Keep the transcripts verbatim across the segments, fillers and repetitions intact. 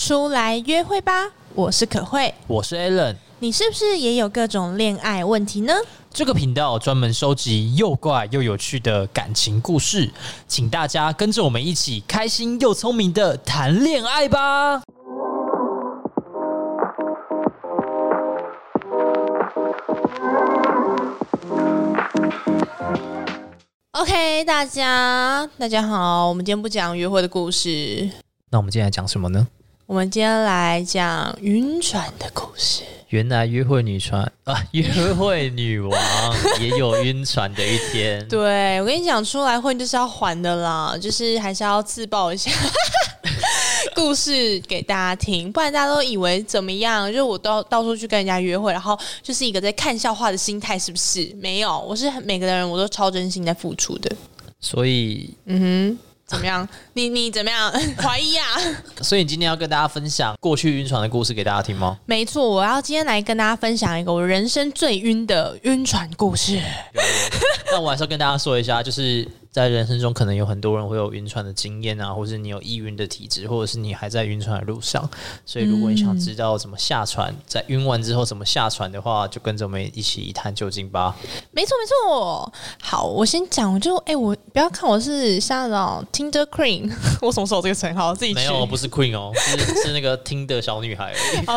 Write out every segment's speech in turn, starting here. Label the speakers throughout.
Speaker 1: 出来约会吧，我是可慧，
Speaker 2: 我是 Alan。
Speaker 1: 你是不是也有各种恋爱问题呢？
Speaker 2: 这个频道专门收集又怪又有趣的感情故事，请大家跟着我们一起开心又聪明的谈恋爱吧。
Speaker 1: OK， 大家大家好，我们今天不讲约会的故事，
Speaker 2: 那我们今天来讲什么呢？
Speaker 1: 我们今天来讲晕船的故事。
Speaker 2: 原来约会女船啊，约会女王也有晕船的一天。
Speaker 1: 对，我跟你讲，出来混就是要还的啦，就是还是要自爆一下故事给大家听，不然大家都以为怎么样？就是我到到处去跟人家约会，然后就是一个在看笑话的心态，是不是？没有，我是每个人我都超真心在付出的。
Speaker 2: 所以，
Speaker 1: 嗯哼。怎么样？你你怎么样？怀疑啊？
Speaker 2: 所以你今天要跟大家分享过去晕船的故事给大家听吗？
Speaker 1: 没错，我要今天来跟大家分享一个我人生最晕的晕船故事。
Speaker 2: 那我还是要跟大家说一下，就是在人生中可能有很多人会有晕船的经验啊，或是你有易晕的体质，或者是你还在晕船的路上。所以如果你想知道怎么下船，嗯、在晕完之后怎么下船的话，就跟着我们一起一探究竟吧。
Speaker 1: 没错没错。好，我先讲，我就哎、欸，我不要看我是像那种 Tinder Queen， 我什么时候有这个称号？自己取
Speaker 2: 没有，不是 Queen 哦，是是那个 Tinder 小女孩而已。
Speaker 1: 哦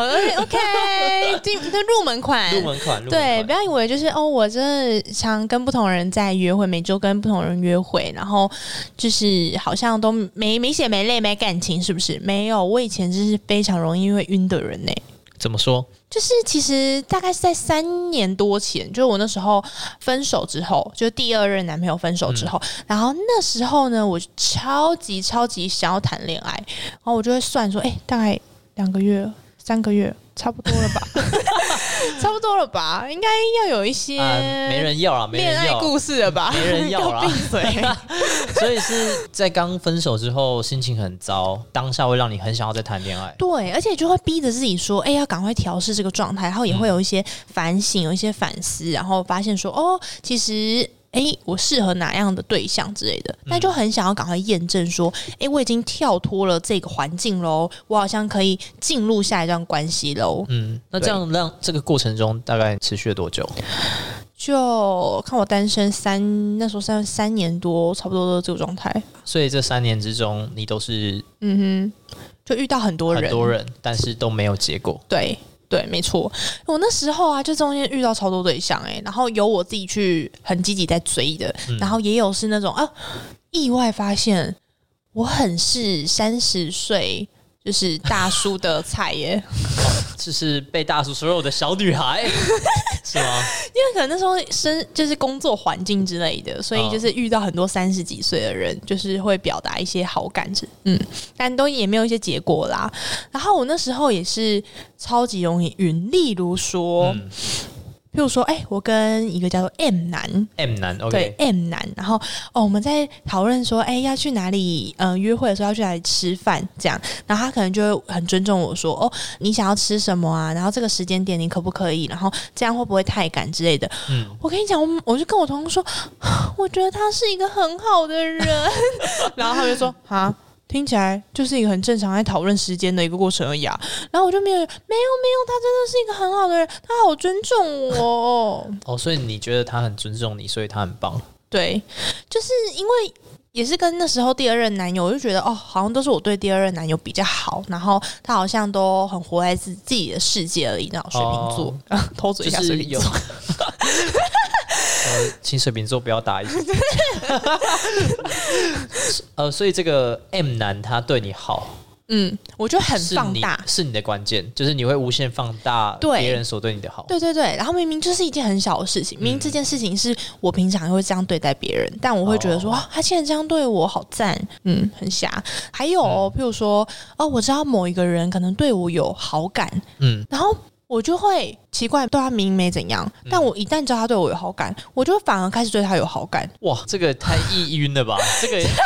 Speaker 1: ，OK， 这入门款，
Speaker 2: 入门款，入门款。
Speaker 1: 对，不要以为就是哦，我真的常跟不同人在约会，每周跟不同人约会，然后就是好像都没没血没泪没感情，是不是？没有，我以前就是非常容易会晕的人呢。
Speaker 2: 怎么说？
Speaker 1: 就是其实大概是在三年多前，就是我那时候分手之后，就第二任男朋友分手之后，嗯、然后那时候呢，我超级超级想要谈恋爱，然后我就会算说，哎、欸，大概两个月、三个月。差不多了吧，差不多了吧，应该要有一些、
Speaker 2: 啊、没人要啦，没人要
Speaker 1: 恋爱故事了吧，
Speaker 2: 没人要啦，
Speaker 1: 闭嘴。
Speaker 2: 所以是在刚分手之后，心情很糟，当下会让你很想要再谈恋爱。
Speaker 1: 对，而且就会逼着自己说，哎、欸，要赶快调试这个状态，然后也会有一些反省，有一些反思，然后发现说，哦，其实。哎，我适合哪样的对象之类的，那就很想要赶快验证说，哎，我已经跳脱了这个环境喽，我好像可以进入下一段关系喽。
Speaker 2: 嗯，那这样让这个过程中大概持续了多久？
Speaker 1: 就看我单身三，那时候三三年多，差不多都是这个状态。
Speaker 2: 所以这三年之中，你都是
Speaker 1: 嗯哼，就遇到很多人，
Speaker 2: 很多人，但是都没有结果。
Speaker 1: 对。对，没错，我那时候啊，就中间遇到超多对象哎、欸，然后有我自己去很积极在追的，嗯、然后也有是那种啊，意外发现我很是三十岁就是大叔的菜耶、欸
Speaker 2: 哦，就是被大叔所有的小女孩是吗？
Speaker 1: 因为可能那时候生就是工作环境之类的，所以就是遇到很多三十几岁的人，就是会表达一些好感，嗯，但都也没有一些结果啦。然后我那时候也是超级容易晕，例如说。嗯譬如说，哎、欸，我跟一个叫做 M 男
Speaker 2: ，M 男 ，OK，
Speaker 1: 对 M 男，然后哦，我们在讨论说，哎、欸，要去哪里，嗯、呃，约会的时候要去哪里吃饭，这样，然后他可能就会很尊重我说，哦，你想要吃什么啊？然后这个时间点你可不可以？然后这样会不会太赶之类的？嗯，我跟你讲，我我就跟我同事说，我觉得他是一个很好的人，然后他就说，啊。听起来就是一个很正常在讨论时间的一个过程而已啊，然后我就没有没有没有，他真的是一个很好的人，他好尊重我
Speaker 2: 哦，所以你觉得他很尊重你，所以他很棒。
Speaker 1: 对，就是因为也是跟那时候第二任男友，我就觉得哦，好像都是我对第二任男友比较好，然后他好像都很活在自自己的世界而已，那种水瓶座，哦、偷嘴一下水瓶座。
Speaker 2: 呃，请水瓶座不要打一起。呃，所以这个 M 男他对你好，
Speaker 1: 嗯，我觉得很放大，
Speaker 2: 是 你, 是你的关键，就是你会无限放大别人所对你的好。
Speaker 1: 对对对，然后明明就是一件很小的事情，明明这件事情是我平常会这样对待别人，但我会觉得说，哇、哦，他现在这样对我好赞，嗯，很瞎。还有、哦，譬如说，哦，我知道某一个人可能对我有好感，嗯，然后。我就会奇怪，对他明明没怎样，嗯、但我一旦知道他对我有好感，我就反而开始对他有好感。
Speaker 2: 哇，这个太易晕了吧？这个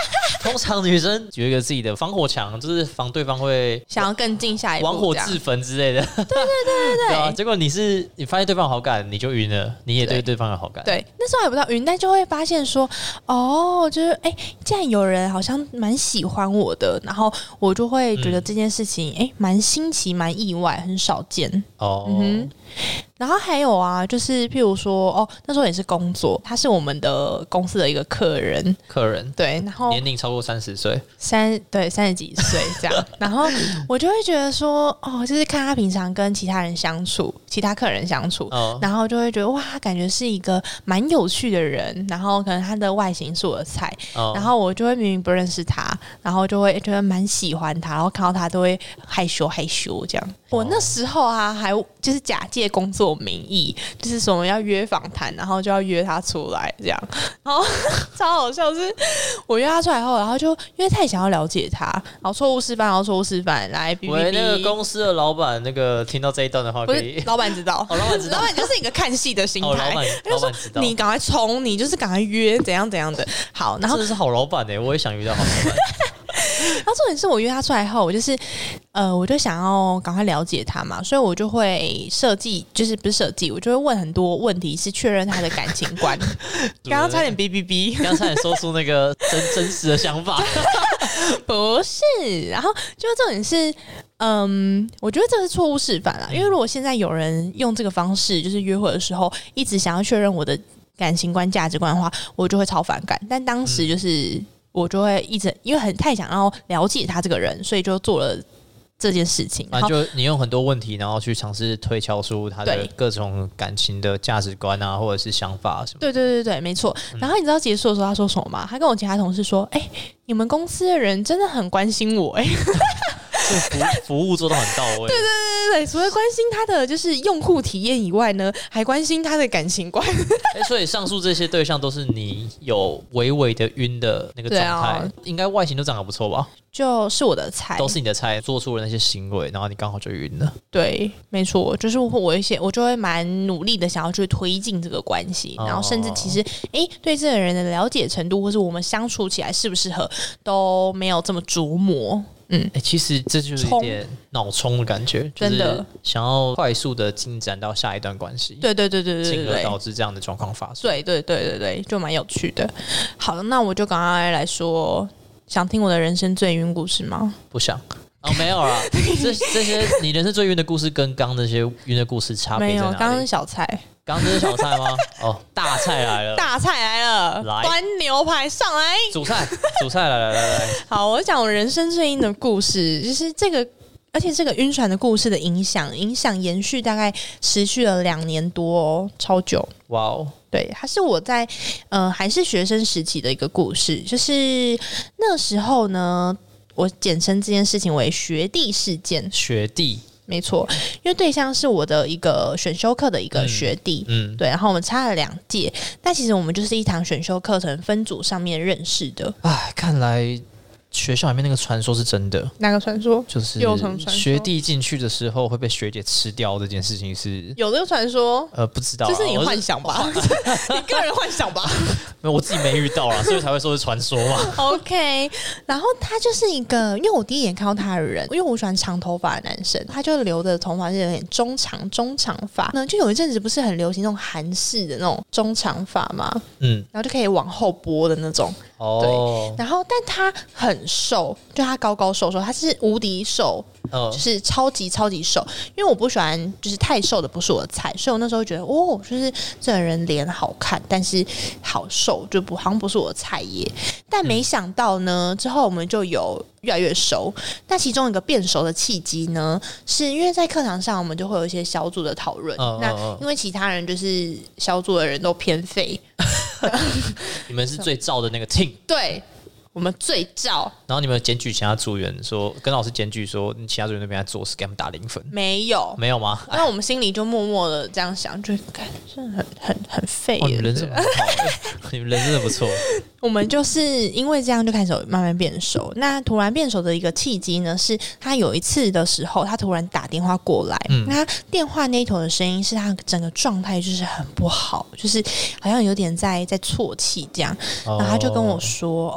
Speaker 2: 通常女生有一个自己的防火墙，就是防对方会
Speaker 1: 想要更进下一步，
Speaker 2: 玩火自焚之类的。对对对对对、啊。结果你是你发现对方有好感，你就晕了，你也对对方有好感。
Speaker 1: 对，那时候还不到晕，但就会发现说，哦，就是哎、欸，既然有人好像蛮喜欢我的，然后我就会觉得这件事情哎蛮、嗯欸、新奇、蛮意外，很少见。哦。嗯哼，然后还有啊，就是譬如说，哦，那时候也是工作，他是我们的公司的一个客人，
Speaker 2: 客人
Speaker 1: 对，然后
Speaker 2: 年龄超过三十岁，
Speaker 1: 三对三十几岁这样，然后我就会觉得说，哦，就是看他平常跟其他人相处，其他客人相处，哦、然后就会觉得哇，他感觉是一个蛮有趣的人，然后可能他的外形是我的菜，哦、然后我就会明明不认识他，然后就会觉得蛮喜欢他，然后看到他都会害羞害羞这样。我那时候啊，还就是假借工作名义，就是什么要约访谈，然后就要约他出来这样，然后超好笑是，我约他出来后，然后就因为太想要了解他，然后错误示范，然后错误示范来哔哔哔。
Speaker 2: 喂，那个公司的老板，那个听到这一段的话，可以，
Speaker 1: 不是老板知道，
Speaker 2: 哦，老板知道，
Speaker 1: 老板就是一个看戏的心态，
Speaker 2: 哦，老板，
Speaker 1: 他就说你赶快冲，你就是赶快约，怎样怎样的。好，然后
Speaker 2: 真的是好老板哎、欸，我也想遇到好老板。
Speaker 1: 然后重点是我约他出来后，我就是呃，我就想要赶快了解他嘛，所以我就会设计，就是不是设计，我就会问很多问题，是确认他的感情观。刚刚差点哔哔哔，
Speaker 2: 刚刚差点说出那个真真实的想法。
Speaker 1: 不是，然后就重点是，嗯，我觉得这是错误示范啦，因为如果现在有人用这个方式，就是约会的时候一直想要确认我的感情观、价值观的话，我就会超反感。但当时就是。嗯我就会一直因为很太想要了解他这个人，所以就做了这件事情。
Speaker 2: 啊，就你用很多问题，然后去尝试推敲出他的各种感情的价值观啊，或者是想法什么。
Speaker 1: 对对对对，没错。然后你知道结束的时候他说什么吗？他跟我其他同事说：“哎、欸，你们公司的人真的很关心我、欸。”哎。
Speaker 2: 就服服务做到很到位，
Speaker 1: 对对对对，除了关心他的就是用户体验以外呢，还关心他的感情观。
Speaker 2: 欸、所以上述这些对象都是你有微微的晕的那个状态、啊，应该外形都长得不错吧？
Speaker 1: 就是我的菜，
Speaker 2: 都是你的菜，做出了那些行为，然后你刚好就晕了。
Speaker 1: 对，没错，就是我一些，我就会蛮努力的想要去推进这个关系，然后甚至其实，哎、欸，对这个人的了解程度，或是我们相处起来适不适合，都没有这么琢磨。嗯，
Speaker 2: 哎、欸，其实这就是一点脑冲的感觉，
Speaker 1: 真的、
Speaker 2: 就是、想要快速的进展到下一段关系。
Speaker 1: 对对对对对对，
Speaker 2: 进而导致这样的状况发生。
Speaker 1: 对对对对对，就蛮有趣的。好，那我就赶快来说，想听我的人生最晕故事吗？
Speaker 2: 不想。哦，没有啦，这这些你人生最晕的故事跟刚那些晕的故事差别在哪里？
Speaker 1: 没有，刚刚是小菜。
Speaker 2: 刚刚这是小菜吗？哦，大菜来了，
Speaker 1: 大菜来了，
Speaker 2: 来
Speaker 1: 端牛排上来，
Speaker 2: 主菜，主菜来来来来。
Speaker 1: 好，我讲我人生最晕的故事，就是这个，而且这个晕船的故事的影响，影响延续大概持续了两年多哦，超久。
Speaker 2: 哇哦！
Speaker 1: 对，它是我在呃还是学生时期的一个故事，就是那时候呢，我简称这件事情为学弟事件。
Speaker 2: 学弟。
Speaker 1: 没错，因为对象是我的一个选修课的一个学弟，嗯，嗯对，然后我们差了两届，但其实我们就是一堂选修课程分组上面认识的。
Speaker 2: 哎，看来学校里面那个传说是真的。
Speaker 1: 哪个传说？
Speaker 2: 就是学弟进去的时候会被学姐吃掉这件事情是
Speaker 1: 有这个传说？
Speaker 2: 呃，不知道、啊，
Speaker 1: 这是你幻想吧？你个人幻想吧？
Speaker 2: 没有，我自己没遇到啦，所以才会说是传说嘛。
Speaker 1: OK， 然后他就是一个，因为我第一眼看到他的人，因为我喜欢长头发的男生，他就留的头发是有点中长中长发，那就有一阵子不是很流行那种韩式的那种中长发嘛，嗯，然后就可以往后拨的那种。哦，对，然后但他很瘦，就他高高瘦瘦，他是无敌瘦，哦，就是超级超级瘦。因为我不喜欢就是太瘦的不是我的菜，所以我那时候觉得哦，就是这个人脸好看，但是好瘦，就不好像不是我的菜耶。但没想到呢，之后我们就有越来越熟。那其中一个变熟的契机呢，是因为在课堂上我们就会有一些小组的讨论。哦，那因为其他人就是小组的人都偏废。
Speaker 2: 你们是最燥的那个 team，
Speaker 1: 对，我们最燥。
Speaker 2: 然后你们检举其他组员说，跟老师检举说，其他组员那边在做事，给他们打零分。
Speaker 1: 没有，
Speaker 2: 没有吗？
Speaker 1: 那我们心里就默默的这样想，就感觉真的很很很废。
Speaker 2: 哦，你们人真的很好，你们人真的不错。
Speaker 1: 我们就是因为这样就开始慢慢变熟。那突然变熟的一个契机呢，是他有一次的时候，他突然打电话过来，嗯、那他电话那头的声音是他整个状态就是很不好，就是好像有点在在啜泣这样。然后他就跟我说：“哦，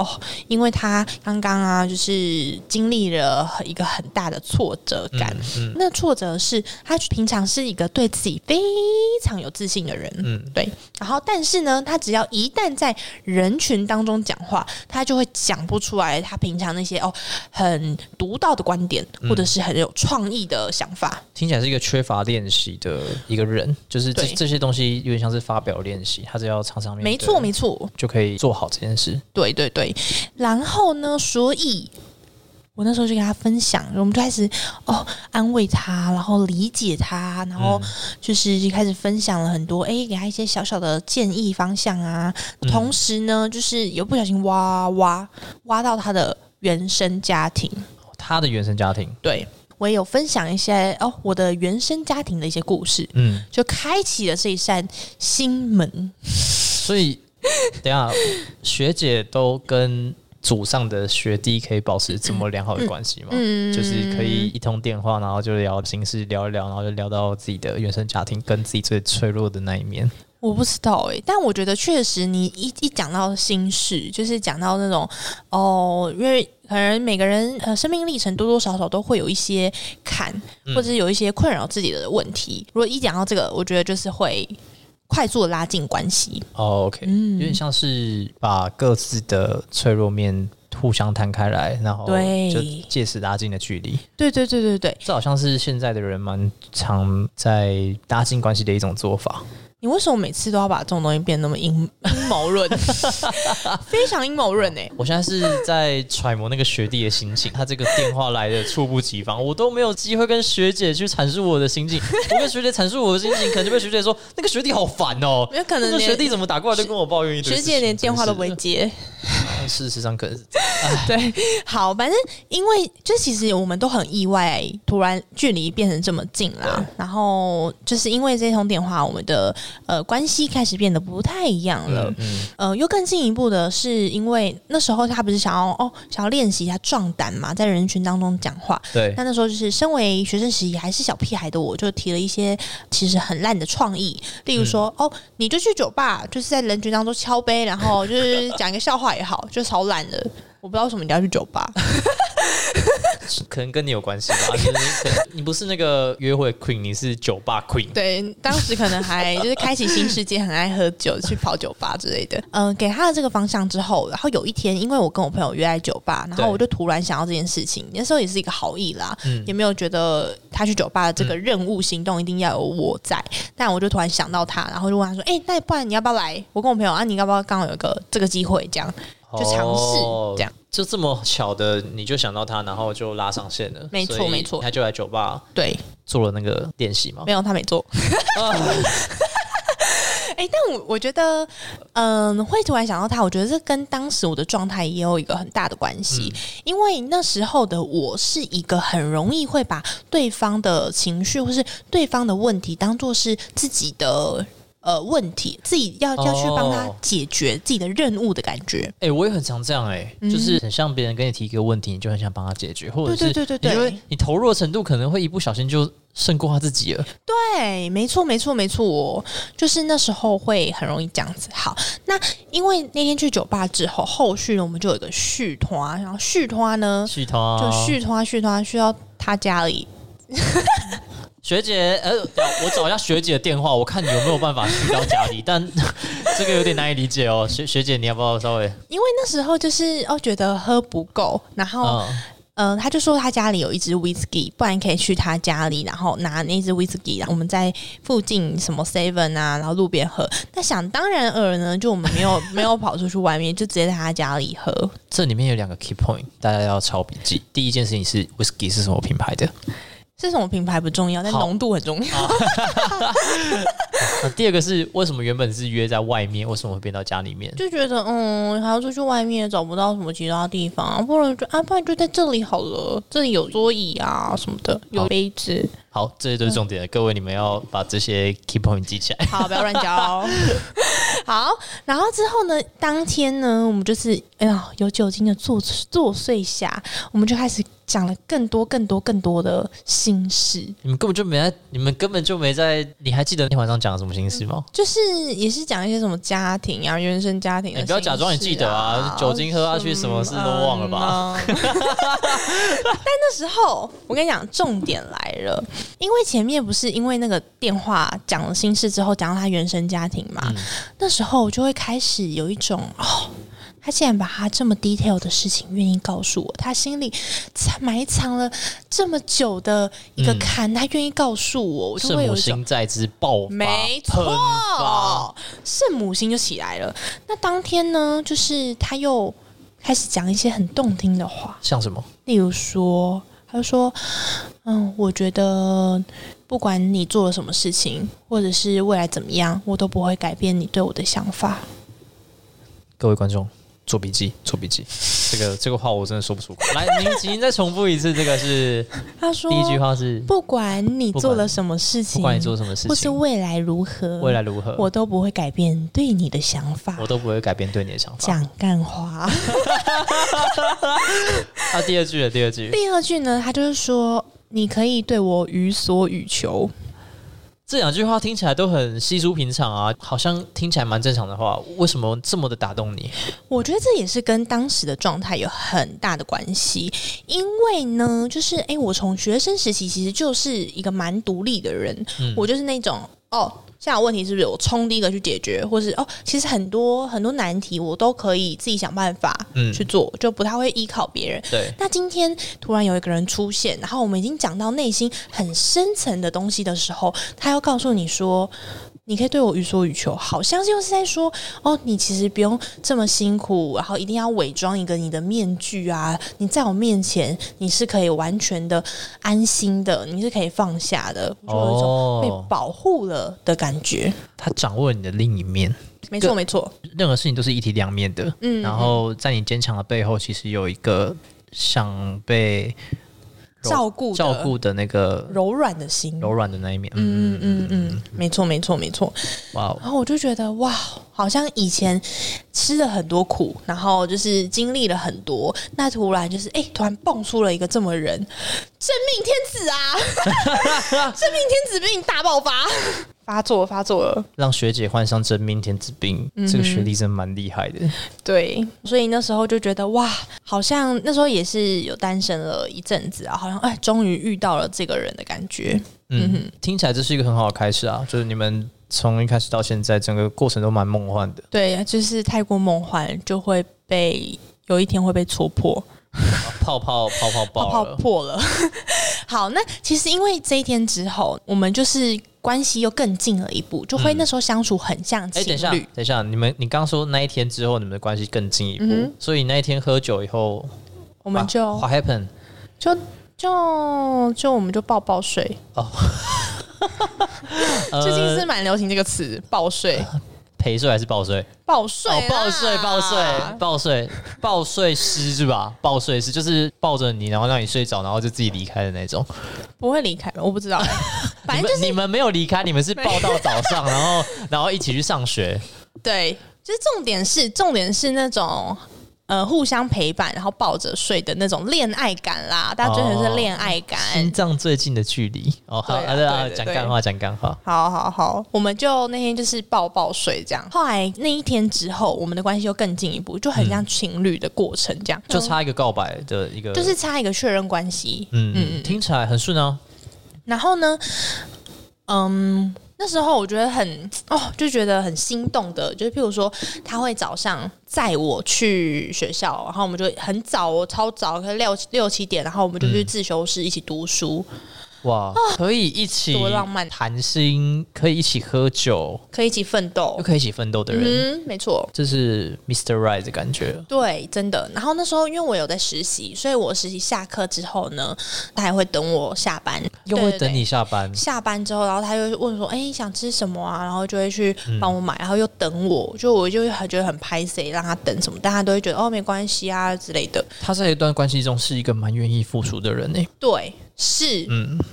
Speaker 1: 因为他刚刚啊，就是经历了一个很大的挫折感。嗯嗯、那挫折是他平常是一个对自己非常有自信的人，嗯，对。然后，但是呢，他只要一旦在人群当中讲话，他就会讲不出来他平常那些哦很独到的观点，或者是很有创意的想法。
Speaker 2: 听起来是一个缺乏练习的一个人，就是这这些东西有点像是发表练习，他只要常常面对，
Speaker 1: 没错没错，
Speaker 2: 就可以做好这件事。
Speaker 1: 对对对，然后呢，所以我那时候就跟他分享，我们就开始哦安慰他，然后理解他，然后就是就开始分享了很多，哎、欸，给他一些小小的建议方向啊。嗯、同时呢，就是有不小心挖挖挖到他的原生家庭，
Speaker 2: 他的原生家庭，
Speaker 1: 对。我也有分享一些哦，我的原生家庭的一些故事，嗯，就开启了这一扇心门。
Speaker 2: 所以，等一下学姐都跟祖上的学弟可以保持这么良好的关系吗？嗯，就是可以一通电话，然后就聊心事，聊一聊，然后就聊到自己的原生家庭跟自己最脆弱的那一面。
Speaker 1: 我不知道哎、欸，但我觉得确实，你一一讲到心事，就是讲到那种哦，因为可能每个人呃生命历程多多少少都会有一些坎，或者是有一些困扰自己的问题。如果一讲到这个，我觉得就是会快速的拉近关系。
Speaker 2: 哦 ，OK，、嗯、有点像是把各自的脆弱面互相摊开来，然后就借此拉近的距离。
Speaker 1: 对对对对对，
Speaker 2: 这好像是现在的人蛮常在拉近关系的一种做法。
Speaker 1: 你为什么每次都要把这种东西变那么阴阴谋论？非常阴谋论哎！
Speaker 2: 我现在是在揣摩那个学弟的心情，他这个电话来的猝不及防，我都没有机会跟学姐去阐述我的心情。我跟学姐阐述我的心情，可能就被学姐说那个学弟好烦哦。
Speaker 1: 有可能
Speaker 2: 那个学弟怎么打过来就跟我抱怨一堆，
Speaker 1: 学姐连电话都不会接。
Speaker 2: 啊、事实上可能是这
Speaker 1: 样。对，好，反正因为就其实我们都很意外，突然距离变成这么近啦。然后就是因为这通电话，我们的呃关系开始变得不太一样了。嗯嗯、呃，又更进一步的是，因为那时候他不是想要哦想要练习一下壮胆嘛，在人群当中讲话。
Speaker 2: 对。
Speaker 1: 那那时候就是身为学生时期还是小屁孩的我，就提了一些其实很烂的创意，例如说、嗯、哦，你就去酒吧，就是在人群当中敲杯，然后就是讲一个笑话也好。就超懒的，我不知道为什么你要去酒吧，
Speaker 2: 可能跟你有关系吧。就是你, 你不是那个约会 queen， 你是酒吧 queen。
Speaker 1: 对，当时可能还就是开启新世界，很爱喝酒，去跑酒吧之类的。嗯、呃，给他的这个方向之后，然后有一天，因为我跟我朋友约在酒吧，然后我就突然想到这件事情。那时候也是一个好意啦，嗯、也没有觉得他去酒吧的这个任务行动一定要有我在，嗯、但我就突然想到他，然后就问他说：“哎、欸，那不然你要不要来？我跟我朋友啊，你要不要刚好有个这个机会这样？”就尝试这样，
Speaker 2: 就这么巧的，你就想到他，然后就拉上线了。
Speaker 1: 没错，没错，
Speaker 2: 他就来酒吧，
Speaker 1: 对，
Speaker 2: 做了那个练习吗？
Speaker 1: 没有，他没做。哎、欸，但我我觉得，嗯，会突然想到他，我觉得这跟当时我的状态也有一个很大的关系，嗯、因为那时候的我是一个很容易会把对方的情绪或是对方的问题当作是自己的。呃，问题自己要要去帮他解决自己的任务的感觉。
Speaker 2: 哎、欸，我也很常这样哎、欸，嗯、就是很像别人跟你提一个问题，你就很想帮他解决，或者是
Speaker 1: 对对对对对，
Speaker 2: 你投入的程度可能会一不小心就胜过他自己了。
Speaker 1: 对，没错没错没错，就是那时候会很容易这样子。好，那因为那天去酒吧之后，后续呢我们就有一个续团，然后续团呢，
Speaker 2: 续团
Speaker 1: 就续团续团去到他家里。
Speaker 2: 学姐，呃，我找一下学姐的电话，我看你有没有办法去到家里，但这个有点难以理解哦。学学姐，你要不要稍微？
Speaker 1: 因为那时候就是哦，觉得喝不够，然后嗯、呃，他就说他家里有一支 whisky， 不然可以去他家里，然后拿那支 whisky， 然后我们在附近什么 seven 啊，然后路边喝。那想当然尔呢，就我们没有没有跑出去外面，就直接在他家里喝。
Speaker 2: 这里面有两个 key point， 大家要抄笔记。第一件事情是 whisky 是什么品牌的？
Speaker 1: 是什么品牌不重要，但浓度很重要。
Speaker 2: 那第二个是为什么原本是约在外面，为什么会变到家里面？
Speaker 1: 就觉得嗯，还要出去外面，找不到什么其他地方，不然就啊，不然就在这里好了。这里有桌椅啊什么的，有杯子。
Speaker 2: 好，这些都是重点的，各位你们要把这些 key point 记起来。
Speaker 1: 好，不要乱教哦。好，然后之后呢，当天呢，我们就是哎呀，有酒精的作作祟下，我们就开始讲了更多、更多、更多的心事。
Speaker 2: 你们根本就没在，你们根本就没在。你还记得那天晚上讲了什么心事吗？
Speaker 1: 就是也是讲一些什么家庭啊、原生家庭的、啊。
Speaker 2: 你不要假装你记得啊，酒精喝下去，什么事都忘了吧？
Speaker 1: 嗯、但那时候我跟你讲，重点来了，因为前面不是因为那个电话讲了心事之后，讲到他原生家庭嘛，嗯、那时候我就会开始有一种哦。他竟然把他这么 detail 的事情愿意告诉我，他心里埋藏了这么久的一个坎，嗯、他愿意告诉我，我就会有一种
Speaker 2: 圣母心在之爆发，
Speaker 1: 没错，圣母心就起来了。那当天呢，就是他又开始讲一些很动听的话，
Speaker 2: 像什么？
Speaker 1: 例如说，他就说：“嗯，我觉得不管你做了什么事情，或者是未来怎么样，我都不会改变你对我的想法。”
Speaker 2: 各位观众。做笔记，做笔记。这个这个话我真的说不出口。来，您请再重复一次。这个是
Speaker 1: 他说
Speaker 2: 第一句话是：
Speaker 1: 不管你做了什么事情，
Speaker 2: 不管你做什么事情，
Speaker 1: 或是未来如何，
Speaker 2: 未来如何，
Speaker 1: 我都不会改变对你的想法。
Speaker 2: 我都不会改变对你的想法。
Speaker 1: 讲干话。
Speaker 2: 啊，第二句了，第二句。
Speaker 1: 第二句呢，他就是说，你可以对我予所欲求。
Speaker 2: 这两句话听起来都很稀疏平常啊，好像听起来蛮正常的话，为什么这么的打动你？
Speaker 1: 我觉得这也是跟当时的状态有很大的关系，因为呢，就是哎，我从学生时期其实就是一个蛮独立的人，嗯、我就是那种哦。现在有问题是不是我冲第一个去解决，或是哦，其实很多很多难题我都可以自己想办法去做，嗯、就不太会依靠别人。
Speaker 2: 对。
Speaker 1: 那今天突然有一个人出现，然后我们已经讲到内心很深层的东西的时候，他要告诉你说，你可以对我予所欲求，好像又是在说哦，你其实不用这么辛苦，然后一定要伪装一个你的面具啊，你在我面前你是可以完全的安心的，你是可以放下的，就有一种被保护了的感觉。
Speaker 2: 他掌握你的另一面，
Speaker 1: 没错没错，
Speaker 2: 任何事情都是一体两面的。嗯，然后在你坚强的背后，其实有一个想被
Speaker 1: 照顾
Speaker 2: 照顾的那个
Speaker 1: 柔软的心，
Speaker 2: 柔软的那一面。
Speaker 1: 嗯嗯嗯嗯，没错没错没错。哇 Wow！然后我就觉得哇，好像以前吃了很多苦，然后就是经历了很多，那突然就是哎，突然蹦出了一个这么人，真命天子啊！真命天子病大爆发。发作发作了，
Speaker 2: 让学姐患上真命天子病，嗯、这个学历真蛮厉害的。
Speaker 1: 对，所以那时候就觉得哇，好像那时候也是有单身了一阵子啊，好像哎，终于遇到了这个人的感觉。
Speaker 2: 嗯，嗯听起来这是一个很好的开始啊，就是你们从一开始到现在，整个过程都蛮梦幻的。
Speaker 1: 对，就是太过梦幻，就会被有一天会被戳破。
Speaker 2: 泡泡泡泡爆了，
Speaker 1: 泡泡破了。好，那其实因为这一天之后，我们就是关系又更近了一步，就会那时候相处很像情侣。哎、欸，等一下，
Speaker 2: 等一下，你们你刚说那一天之后，你们的关系更进一步，嗯、所以那一天喝酒以后，
Speaker 1: 我们就
Speaker 2: What happened？
Speaker 1: 就就就我们就抱抱睡哦。最近是蛮流行这个词，抱睡。
Speaker 2: 陪睡还是抱睡？
Speaker 1: 抱睡、哦，
Speaker 2: 抱睡，抱睡，抱睡，抱睡师是吧？抱睡师就是抱着你，然后让你睡着，然后就自己离开的那种。
Speaker 1: 不会离开，我不知道。反正就是
Speaker 2: 你们, 你们没有离开，你们是抱到早上，然后然后一起去上学。
Speaker 1: 对，就是重点是重点是那种。呃，互相陪伴，然后抱着睡的那种恋爱感啦，大家追求是恋爱感，
Speaker 2: 哦、心脏最近的距离哦。好，对啊，讲干话，讲干话。
Speaker 1: 好好好，我们就那天就是抱抱睡这样。后来那一天之后，我们的关系又更进一步，就很像情侣的过程这样，
Speaker 2: 嗯、就差一个告白的一个，
Speaker 1: 就是差一个确认关系。
Speaker 2: 嗯嗯，听起来很顺啊。
Speaker 1: 然后呢，嗯。那时候我觉得很哦，就觉得很心动的，就是譬如说他会早上载我去学校，然后我们就很早哦，超早，可能六六七点，然后我们就去自修室一起读书。嗯
Speaker 2: 哇，可以一起多浪漫谈心，可以一起喝酒，
Speaker 1: 可以一起奋斗，
Speaker 2: 又可以一起奋斗的人，
Speaker 1: 嗯，没错，
Speaker 2: 这是 mister Right 的感觉。
Speaker 1: 对，真的。然后那时候因为我有在实习，所以我实习下课之后呢，他还会等我下班，
Speaker 2: 又会等你下班。
Speaker 1: 对对对下班之后，然后他就问说：“哎、欸，想吃什么啊？”然后就会去帮我买，嗯、然后又等我，就我就会觉得很拍谁让他等什么，但他都会觉得哦没关系啊之类的。
Speaker 2: 他在一段关系中是一个蛮愿意付出的人呢、欸。
Speaker 1: 对。是，嗯，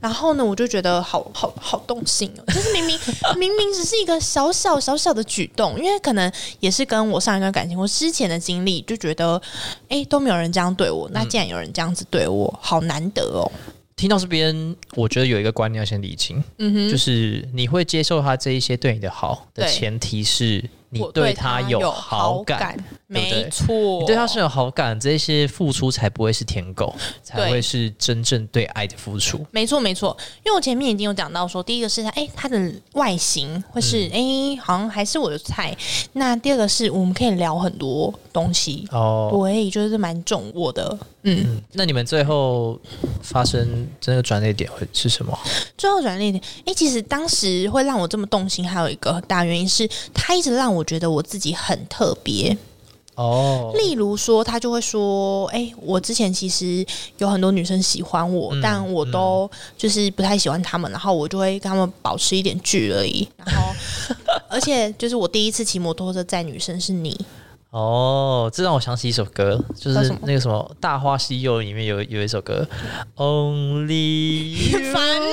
Speaker 1: 然后呢，我就觉得好好好动心哦，就是明明明明只是一个小小小小的举动，因为可能也是跟我上一段感情，我之前的经历，就觉得哎都没有人这样对我，那既然有人这样子对我，好难得哦。
Speaker 2: 听到这边，我觉得有一个观念要先理清，嗯哼，就是你会接受他这一些对你的好的前提是你对他有好感，
Speaker 1: 没错，
Speaker 2: 你对他是有好感，这些付出才不会是舔狗，才会是真正对爱的付出。
Speaker 1: 没错，没错，因为我前面已经有讲到说，第一个是他，哎、欸，他的外形会是，哎、嗯欸，好像还是我的菜。那第二个是我们可以聊很多东西，哦，对，就是蛮重我的。嗯, 嗯，
Speaker 2: 那你们最后发生这个转捩点会是什么？
Speaker 1: 最后转捩点，哎、欸，其实当时会让我这么动心，还有一个很大原因是，他一直让我觉得我自己很特别。哦，例如说，他就会说：“哎、欸，我之前其实有很多女生喜欢我，嗯、但我都就是不太喜欢他们，然后我就会跟他们保持一点距离。然后，而且就是我第一次骑摩托车载女生是你。”
Speaker 2: 哦，这让我想起一首歌，就是那个什么《大话西游》里面有有一首歌 ，Only You，
Speaker 1: 烦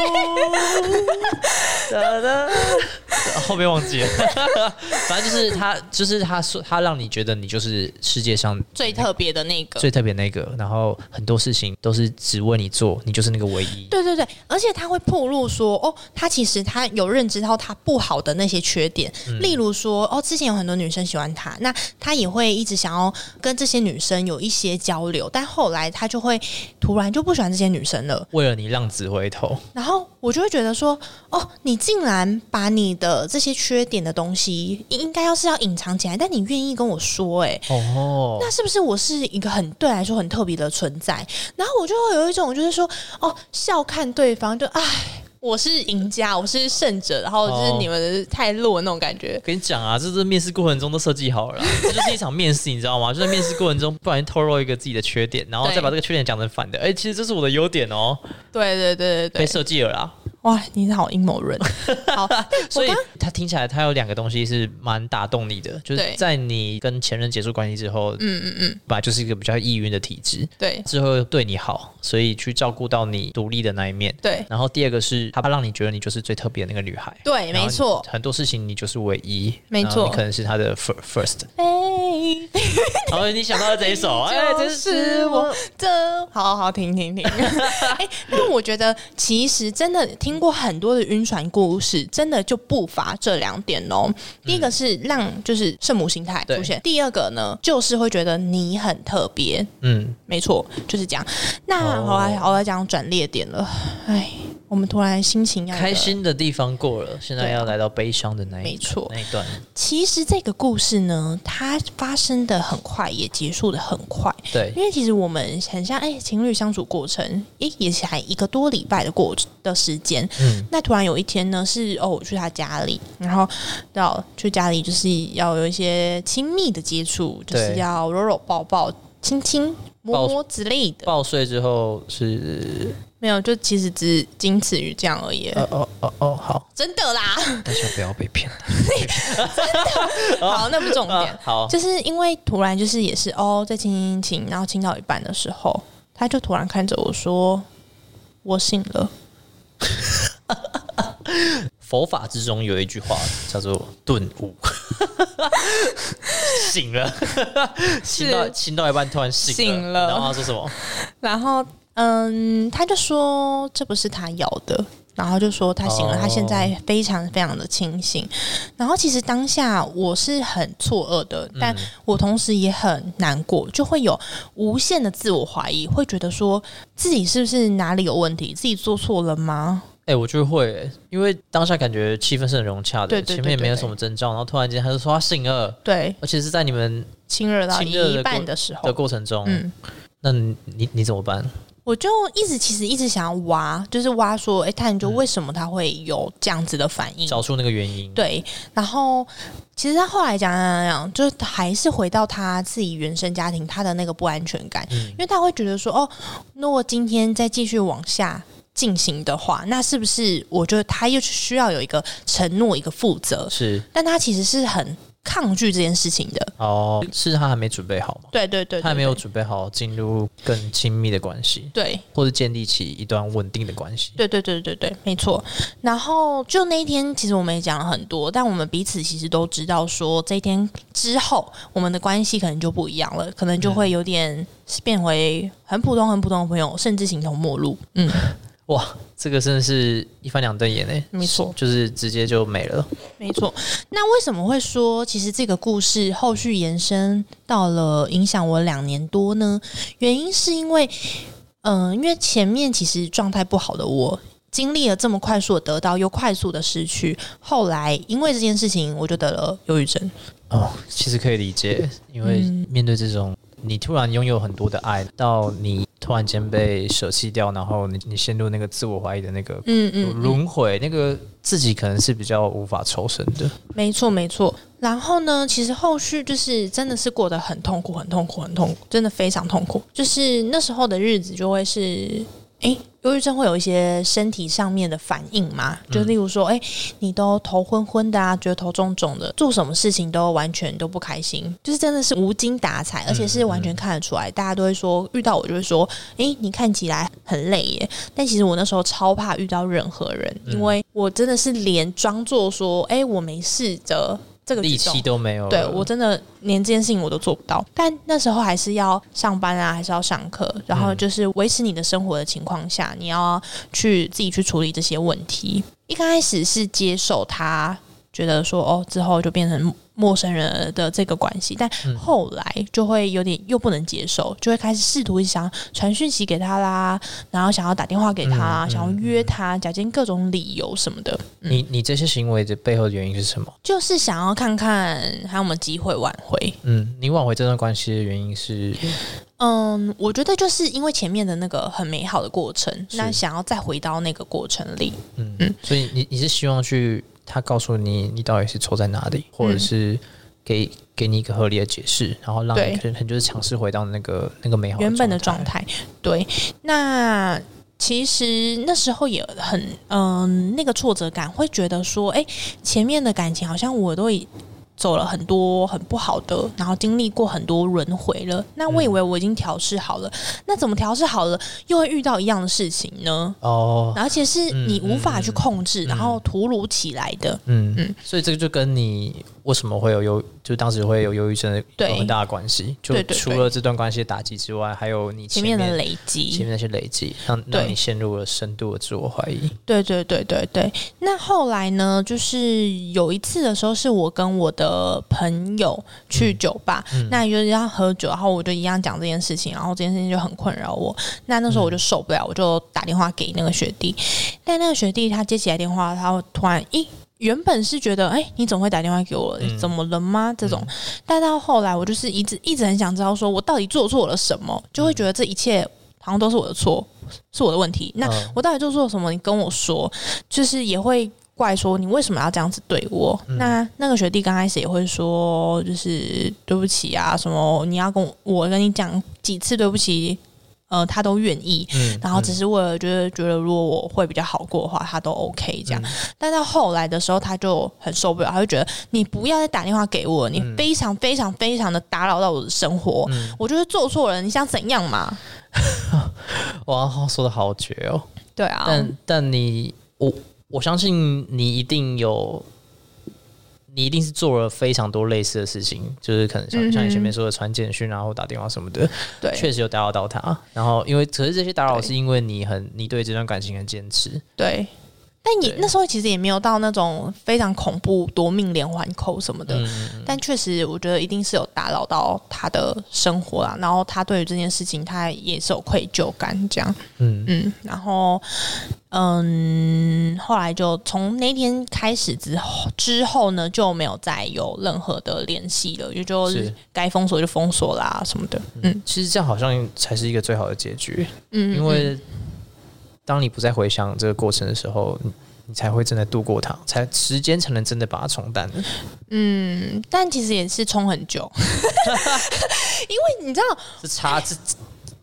Speaker 2: 哒哒后面忘记了，反正就是他，就是他说他让你觉得你就是世界上
Speaker 1: 最特别的那个，
Speaker 2: 最特别那个，然后很多事情都是只为你做，你就是那个唯一。
Speaker 1: 对对对，而且他会暴露说，哦，他其实他有认知到他不好的那些缺点，嗯、例如说，哦，之前有很多女生喜欢他，那他也会一直想要跟这些女生有一些交流，但后来他就会突然就不喜欢这些女生了，
Speaker 2: 为了你浪子回头。
Speaker 1: 然后我就会觉得说，哦，你竟然把你的这些缺点的东西，应该要是要隐藏起来，但你愿意跟我说、欸，哎，哦，那是不是我是一个很对来说很特别的存在？然后我就会有一种就是说，哦，笑看对方，就唉。我是赢家，我是胜者，然后就是你们太弱的那种感觉。
Speaker 2: 跟你讲啊，这是面试过程中都设计好了啦，这就是一场面试，你知道吗？就在面试过程中不小心透露一个自己的缺点，然后再把这个缺点讲成反的。哎、欸，其实这是我的优点哦。
Speaker 1: 对对对对对，
Speaker 2: 被设计了啦。
Speaker 1: 哇，你是好阴谋人。好，
Speaker 2: 所以他听起来他有两个东西是蛮打动你的，就是在你跟前任结束关系之后，嗯嗯嗯，本来就是一个比较易晕的体质，对，之后又对你好，所以去照顾到你独立的那一面，对。然后第二个是他让你觉得你就是最特别的那个女孩，
Speaker 1: 对，没错，
Speaker 2: 很多事情你就是唯一，
Speaker 1: 没错，
Speaker 2: 你可能是他的 first。
Speaker 1: 哎，
Speaker 2: 然后你想到了这一首，哎，这是我
Speaker 1: 的，好好听听听。哎，但我觉得其实真的。听过很多的晕船故事，真的就不乏这两点哦。第一个是让就是圣母心态出现，第二个呢就是会觉得你很特别。嗯，没错，就是这样。那后来我要讲转捩点了，哎。我们突然心情要
Speaker 2: 开心的地方过了，现在要来到悲伤的那一
Speaker 1: 没错
Speaker 2: 那一段。
Speaker 1: 其实这个故事呢，它发生的很快，也结束的很快。对，因为其实我们很像哎，情侣相处过程，哎，也才一个多礼拜的过的时间。嗯，那突然有一天呢，是哦，我去他家里，然后要去家里，就是要有一些亲密的接触，就是要搂搂抱抱、亲亲、摸摸之类的。
Speaker 2: 抱睡之后是。
Speaker 1: 没有，就其实只仅此于这样而已。
Speaker 2: 哦哦哦哦，好，
Speaker 1: 真的啦！
Speaker 2: 大家不要被骗了，
Speaker 1: 真的。好，那不是重点。好，就是因为突然就是也是哦，在亲亲亲，然后亲到一半的时候，他就突然看着我说：“我醒了。”
Speaker 2: 佛法之中有一句话叫做顿悟，醒了，亲到亲到一半突然醒了，醒了，然后他说什么？
Speaker 1: 然后。嗯，他就说这不是他要的，然后就说他醒了，他现在非常非常的清醒。然后其实当下我是很错愕的，但我同时也很难过，就会有无限的自我怀疑，会觉得说自己是不是哪里有问题，自己做错了吗？
Speaker 2: 哎、欸，我就会、欸，因为当下感觉气氛是很融洽的，对对对对对，前面也没有什么征兆，然后突然间他就说他醒了，对，而且是在你们
Speaker 1: 亲热到一半的时候
Speaker 2: 的过程中，嗯，那你你你怎么办？
Speaker 1: 我就一直其实一直想要挖，就是挖说，哎、欸，探究为什么他会有这样子的反应，
Speaker 2: 找出那个原因。
Speaker 1: 对，然后其实他后来讲讲讲，就还是回到他自己原生家庭，他的那个不安全感，嗯、因为他会觉得说，哦，那我今天再继续往下进行的话，那是不是我觉得他又需要有一个承诺，一个负责？是，但他其实是很抗拒这件事情的。
Speaker 2: 哦，是他还没准备好吗？
Speaker 1: 对对 对, 对, 对，
Speaker 2: 他还没有准备好进入更亲密的关系，
Speaker 1: 对，
Speaker 2: 或者建立起一段稳定的关系。
Speaker 1: 对对对对对，没错。然后就那一天，其实我们也讲了很多，但我们彼此其实都知道说，这一天之后，我们的关系可能就不一样了，可能就会有点变回很普通、很普通的朋友，甚至形同陌路。嗯。
Speaker 2: 哇，这个真的是一翻两瞪眼诶，
Speaker 1: 没错，
Speaker 2: 就是直接就没了。
Speaker 1: 没错。那为什么会说其实这个故事后续延伸到了影响我两年多呢？原因是因为，嗯、呃，因为前面其实状态不好的我，经历了这么快速的得到又快速的失去，后来因为这件事情，我就得了忧郁症。
Speaker 2: 哦，其实可以理解，因为面对这种、嗯、你突然拥有很多的爱，到你突然间被舍弃掉，然后 你, 你陷入那个自我怀疑的那个轮回、嗯嗯嗯、那个自己可能是比较无法抽身的。没错没错。然后呢，其实后续就是真的是过得很痛苦很痛苦很痛苦，真的非常痛苦。就是那时候的日子就会是哎，忧郁症会有一些身体上面的反应嘛？就例如说，哎、嗯，你都头昏昏的啊，觉得头重重的，做什么事情都完全都不开心，就是真的是无精打采，而且是完全看得出来。嗯嗯、大家都会说，遇到我就会说，哎，你看起来很累耶。但其实我那时候超怕遇到任何人，嗯、因为我真的是连装作说，哎，我没事的。这个力气都没有了，对，我真的连这件事情我都做不到。但那时候还是要上班啊，还是要上课，然后就是维持你的生活的情况下，你要去自己去处理这些问题。一开始是接受他，觉得说哦，之后就变成陌生人的这个关系，但后来就会有点又不能接受，就会开始试图想传讯息给他啦，然后想要打电话给他，嗯、想要约他，假借各种理由什么的。嗯、你你这些行为的背后的原因是什么？就是想要看看还有没有机会挽回。嗯，你挽回这段关系的原因是？嗯，我觉得就是因为前面的那个很美好的过程，那想要再回到那个过程里。嗯嗯，所以你你是希望去。他告诉你你到底是错在哪里，或者是给、嗯、给你一个合理的解释，然后让你可能就是强势回到那个那个美好的原本的状态。对，那其实那时候也很嗯、呃，那个挫折感会觉得说，哎，前面的感情好像我都已走了很多很不好的，然后经历过很多轮回了。那我以为我已经调试好了，嗯、那怎么调试好了，又会遇到一样的事情呢？哦，而且是你无法去控制，嗯、然后突如其来的。嗯嗯，所以这个就跟你为什么会有忧，就当时会有忧郁症有很大的关系。就除了这段关系的打击之外，还有你前面, 前面的累积，前面那些累积，让让你陷入了深度的自我怀疑。对对对对对。那后来呢？就是有一次的时候，是我跟我的朋友去酒吧，嗯、那就是要喝酒，然后我就一样讲这件事情，然后这件事情就很困扰我。那那时候我就受不了，我就打电话给那个学弟，但那个学弟他接起来电话，他突然一。原本是觉得，哎、欸，你总会打电话给我，嗯、怎么了吗？这种，嗯、但到后来，我就是一直一直很想知道，说我到底做错了什么，就会觉得这一切好像都是我的错，是我的问题。那我到底做错了什么？你跟我说，就是也会怪说你为什么要这样子对我？嗯、那那个学弟刚开始也会说，就是对不起啊，什么你要跟我，我跟你讲几次对不起。呃，他都愿意，嗯、然后只是为了觉得觉得如果我会比较好过的话，他都 OK 这样。嗯、但到后来的时候，他就很受不了，他就觉得你不要再打电话给我，你非常非常非常的打扰到我的生活，嗯、我就是做错了，你想怎样嘛？哇，说的好绝哦。对啊，但但你我我相信你一定有。你一定是做了非常多类似的事情，就是可能像、嗯、像你前面说的传简讯然后打电话什么的，对，确实有打扰到他。然后因为可是这些打扰是因为你很你对这段感情很坚持，对。但你那时候其实也没有到那种非常恐怖夺命连环扣什么的，嗯、但确实我觉得一定是有打扰到他的生活啦。然后他对于这件事情他也是有愧疚感，这样，嗯嗯。然后嗯，后来就从那天开始之后之后呢，就没有再有任何的联系了，也就是该封锁就封锁啦什么的。嗯，嗯其实这样好像才是一个最好的结局，嗯，因为。嗯当你不再回想这个过程的时候，你, 你才会真的度过它，才时间才能真的把它冲淡。嗯，但其实也是冲很久，因为你知道，是差这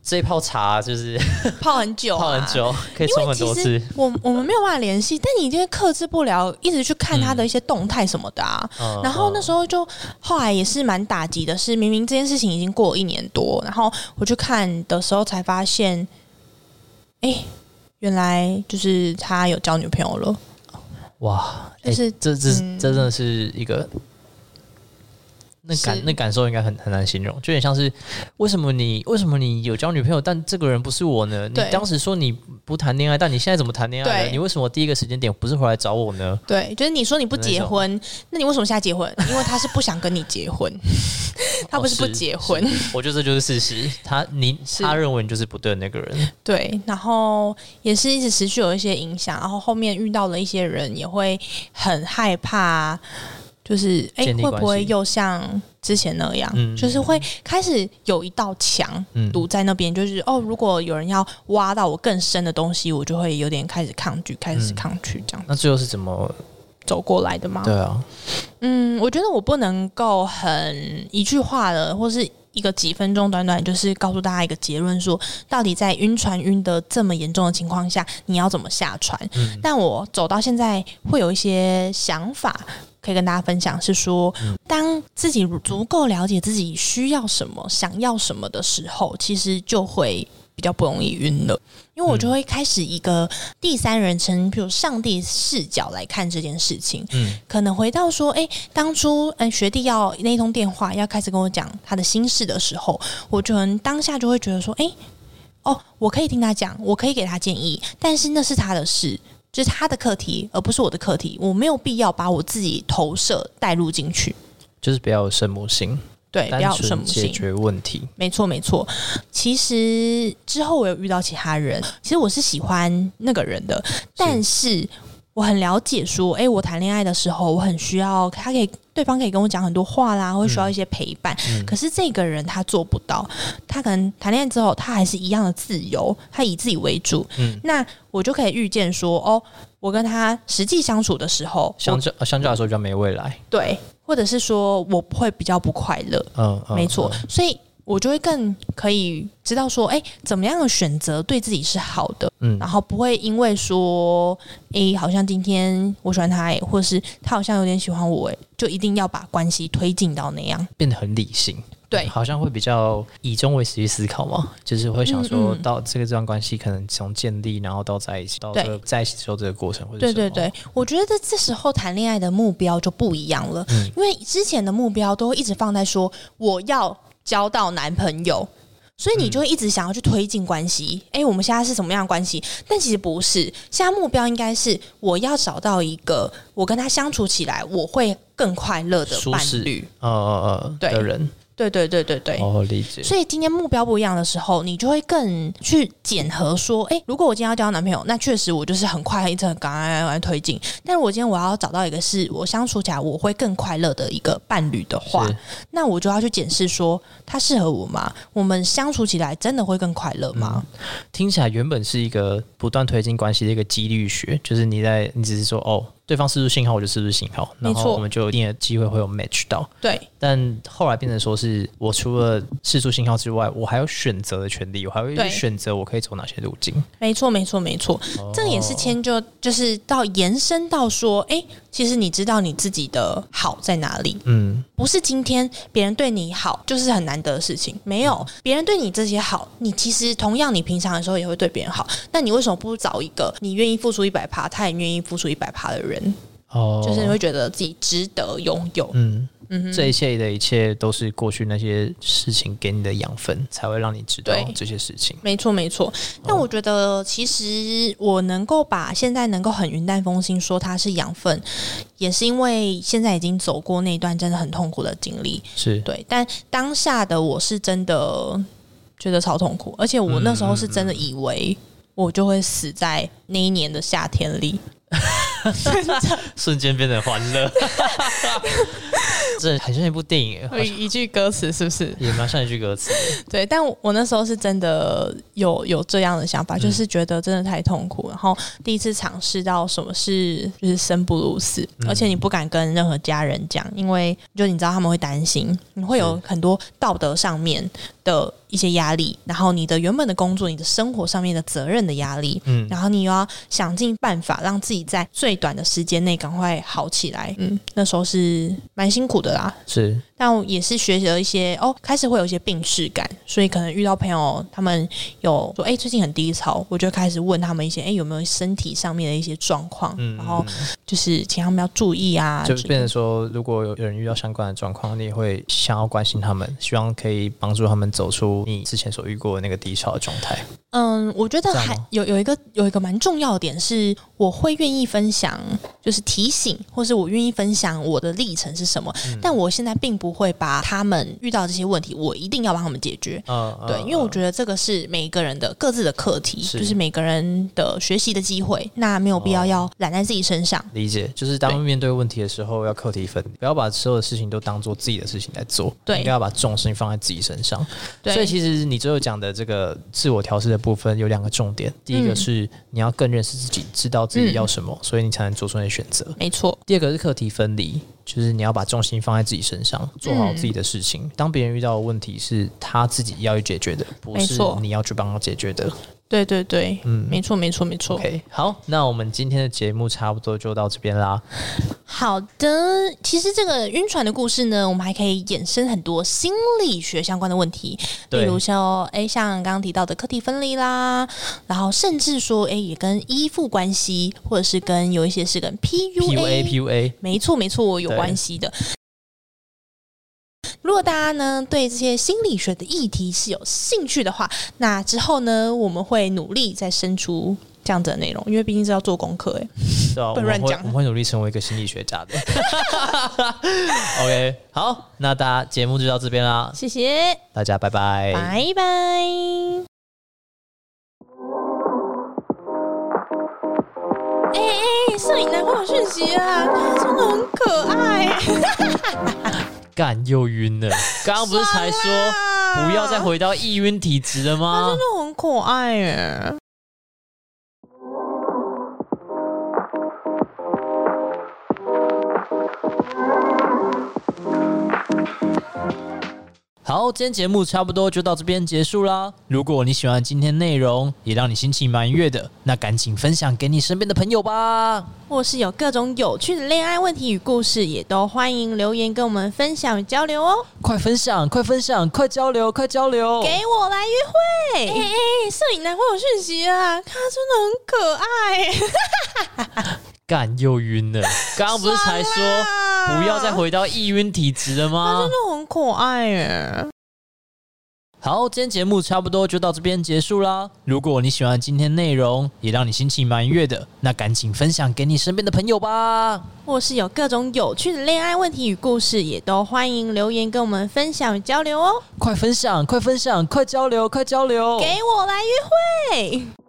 Speaker 2: 这一泡茶就是
Speaker 1: 泡很久、啊，
Speaker 2: 泡很久，可以冲很多次。
Speaker 1: 我我们没有办法联系，但你一定会克制不了，一直去看他的一些动态什么的啊。嗯、然后那时候就后来也是蛮打击的是，明明这件事情已经过了一年多，然后我去看的时候才发现，哎、欸，原来就是他有交女朋友了。哇，就是、欸、
Speaker 2: 这这、嗯、这真的是一个。那感那感受应该很很难形容，就有点像是为什么你为什么你有交女朋友，但这个人不是我呢？你当时说你不谈恋爱，但你现在怎么谈恋爱了？你为什么第一个时间点不是回来找我呢？
Speaker 1: 对，就是你说你不结婚，那你为什么现在结婚？因为他是不想跟你结婚，他不是不结婚。
Speaker 2: 哦、我觉得这就是事实。他你他认为你就是不对的那个人。
Speaker 1: 对，然后也是一直持续有一些影响，然后后面遇到了一些人也会很害怕。就是哎、欸，会不会又像之前那样？嗯、就是会开始有一道墙堵在那边，嗯、就是哦，如果有人要挖到我更深的东西，我就会有点开始抗拒，开始抗拒这样、嗯。
Speaker 2: 那最后是怎么
Speaker 1: 走过来的吗？
Speaker 2: 对啊，
Speaker 1: 嗯，我觉得我不能够很一句话的，或是一个几分钟短短，就是告诉大家一个结论说，说到底在晕船晕得这么严重的情况下，你要怎么下船？嗯、但我走到现在，会有一些想法。可以跟大家分享是说，当自己足够了解自己需要什么、想要什么的时候，其实就会比较不容易晕了。因为我就会开始一个第三人称，比如上帝视角来看这件事情。嗯，可能回到说，哎、欸，当初嗯学弟要那一通电话要开始跟我讲他的心事的时候，我可能当下就会觉得说，哎、欸，哦，我可以听他讲，我可以给他建议，但是那是他的事。就是他的课题，而不是我的课题，我没有必要把我自己投射带入进去，
Speaker 2: 就是不要有圣母心，
Speaker 1: 对，不要有圣母心，
Speaker 2: 解决问题。
Speaker 1: 没错，没错。其实之后我有遇到其他人，其实我是喜欢那个人的，但是我很了解说，哎、欸，我谈恋爱的时候，我很需要他可以对方可以跟我讲很多话啦，会需要一些陪伴。嗯、可是这个人他做不到，他可能谈恋爱之后，他还是一样的自由，他以自己为主。嗯，那我就可以预见说，哦，我跟他实际相处的时候，
Speaker 2: 相较相较来说比较没未来，
Speaker 1: 对，或者是说我会比较不快乐。嗯，嗯没错，嗯、所以。我就会更可以知道说，哎、欸，怎么样的选择对自己是好的，嗯，然后不会因为说，哎、欸，好像今天我喜欢他、欸，或是他好像有点喜欢我、欸，就一定要把关系推进到那样，
Speaker 2: 变得很理性，
Speaker 1: 对，
Speaker 2: 好像会比较以终为始去思考嘛，就是会想说到这个这段关系可能从建立，然后到在一起，到这个在一起之后这个过程会是什么？
Speaker 1: 对对对，我觉得这时候谈恋爱的目标就不一样了，嗯、因为之前的目标都会一直放在说我要。交到男朋友，所以你就会一直想要去推进关系。哎、嗯欸，我们现在是什么样的关系？但其实不是，现在目标应该是我要找到一个我跟他相处起来我会更快乐的伴侣，
Speaker 2: 呃呃呃的人。
Speaker 1: 对对对对对，
Speaker 2: 哦，理解。
Speaker 1: 所以今天目标不一样的时候，你就会更去检核说，哎，如果我今天要交男朋友，那确实我就是很快一直很赶快推进。但是我今天我要找到一个是我相处起来我会更快乐的一个伴侣的话，那我就要去检视说，他适合我吗？我们相处起来真的会更快乐吗？
Speaker 2: 嗯、听起来原本是一个不断推进关系的一个几率学，就是你在你只是说哦。对方是不是信号，我就是不是信号，然后我们就有一定的机会会有 match 到。对，但后来变成说是我除了释出信号之外，我还有选择的权利，我还会去选择我可以走哪些路径。
Speaker 1: 没错，没错，没错，哦、这也是迁就，就是到延伸到说，哎，其实你知道你自己的好在哪里？嗯，不是今天别人对你好就是很难得的事情，没有，别人对你这些好，你其实同样你平常的时候也会对别人好，那你为什么不找一个你愿意付出一百趴，他也愿意付出一百趴的人？哦，就是你会觉得自己值得拥有，嗯嗯，
Speaker 2: 这一切的一切都是过去那些事情给你的养分，才会让你知道这些事情。
Speaker 1: 没错没错。但我觉得其实我能够把现在能够很云淡风轻说它是养分，也是因为现在已经走过那段真的很痛苦的经历，是对。但当下的我是真的觉得超痛苦，而且我那时候是真的以为我就会死在那一年的夏天里。
Speaker 2: 瞬间变得欢乐，这很像一部电影，
Speaker 1: 一句歌词是不是？
Speaker 2: 也蛮像一句歌词。
Speaker 1: 对，但我那时候是真的有有这样的想法，就是觉得真的太痛苦，然后第一次尝试到什么是就是生不如死，嗯、而且你不敢跟任何家人讲，因为就你知道他们会担心，你会有很多道德上面的一些压力，然后你的原本的工作、你的生活上面的责任的压力，嗯，然后你又要想尽办法让自己在最短的时间内赶快好起来，嗯，那时候是蛮辛苦的啦，
Speaker 2: 是，
Speaker 1: 但我也是学习了一些哦，开始会有一些病识感，所以可能遇到朋友他们有说，哎、欸，最近很低潮，我就开始问他们一些，哎、欸，有没有身体上面的一些状况，嗯，然后就是请他们要注意啊，
Speaker 2: 就变成说，如果有人遇到相关的状况，你也会想要关心他们，希望可以帮助他们走出你之前所遇过的那个低潮的状态。
Speaker 1: 嗯，我觉得还有有一个有一个蛮重要的点是，我会愿意分享，就是提醒，或是我愿意分享我的历程是什么，嗯、但我现在并不会把他们遇到这些问题，我一定要帮他们解决。嗯，对，因为我觉得这个是每一个人的各自的课题，是就是每个人的学习的机会，那没有必要要揽在自己身上。哦、
Speaker 2: 理解，就是当面对问题的时候要课题分离，不要把所有的事情都当做自己的事情来做，对，应该要把重心放在自己身上。对，所以其实你最后讲的这个自我调试的部分有两个重点，第一个是你要更认识自己，知道自己要什么，嗯、所以你才能做出那些选择。
Speaker 1: 没错。
Speaker 2: 第二个是课题分离，就是你要把重心放在自己身上，做好自己的事情。嗯、当别人遇到的问题是他自己要去解决的，不是你要去帮他解决的。
Speaker 1: 对对对，嗯，没错没错没错。
Speaker 2: OK， 好，那我们今天的节目差不多就到这边啦。
Speaker 1: 好的，其实这个晕船的故事呢，我们还可以衍生很多心理学相关的问题，例如说，哎，像刚刚提到的课题分离啦，然后甚至说，哎，也跟依附关系，或者是跟有一些是跟 P U A
Speaker 2: P U A，
Speaker 1: 没错没错，有关系的。如果大家呢对这些心理学的议题是有兴趣的话，那之后呢我们会努力再生出这样的内容，因为毕竟是要做功课哎，
Speaker 2: 对啊，不能乱讲，我们会努力成为一个心理学家的。OK， 好，那大家节目就到这边啦，
Speaker 1: 谢谢
Speaker 2: 大家，拜拜，
Speaker 1: 拜拜。哎哎，摄影男会有讯息啊，他真的很可爱。
Speaker 2: 干又晕了，刚刚不是才说不要再回到易晕体质了吗？
Speaker 1: 他真的很可爱耶。
Speaker 2: 好，今天节目差不多就到这边结束啦。如果你喜欢今天内容，也让你心情蛮愉悦的，那赶紧分享给你身边的朋友吧。
Speaker 1: 或是有各种有趣的恋爱问题与故事，也都欢迎留言跟我们分享与交流哦。
Speaker 2: 快分享，快分享，快交流，快交流！
Speaker 1: 给我来约会！哎哎，摄影男会有讯息啊，他真的很可爱。
Speaker 2: 干又晕了，刚刚不是才说不要再回到易晕体质了吗？
Speaker 1: 他真的很可爱耶。
Speaker 2: 好，今天节目差不多就到这边结束啦。如果你喜欢今天内容，也让你心情蛮愉悦的，那赶紧分享给你身边的朋友吧。
Speaker 1: 或是有各种有趣的恋爱问题与故事，也都欢迎留言跟我们分享与交流哦。
Speaker 2: 快分享，快分享，快交流，快交流！
Speaker 1: 给我来约会！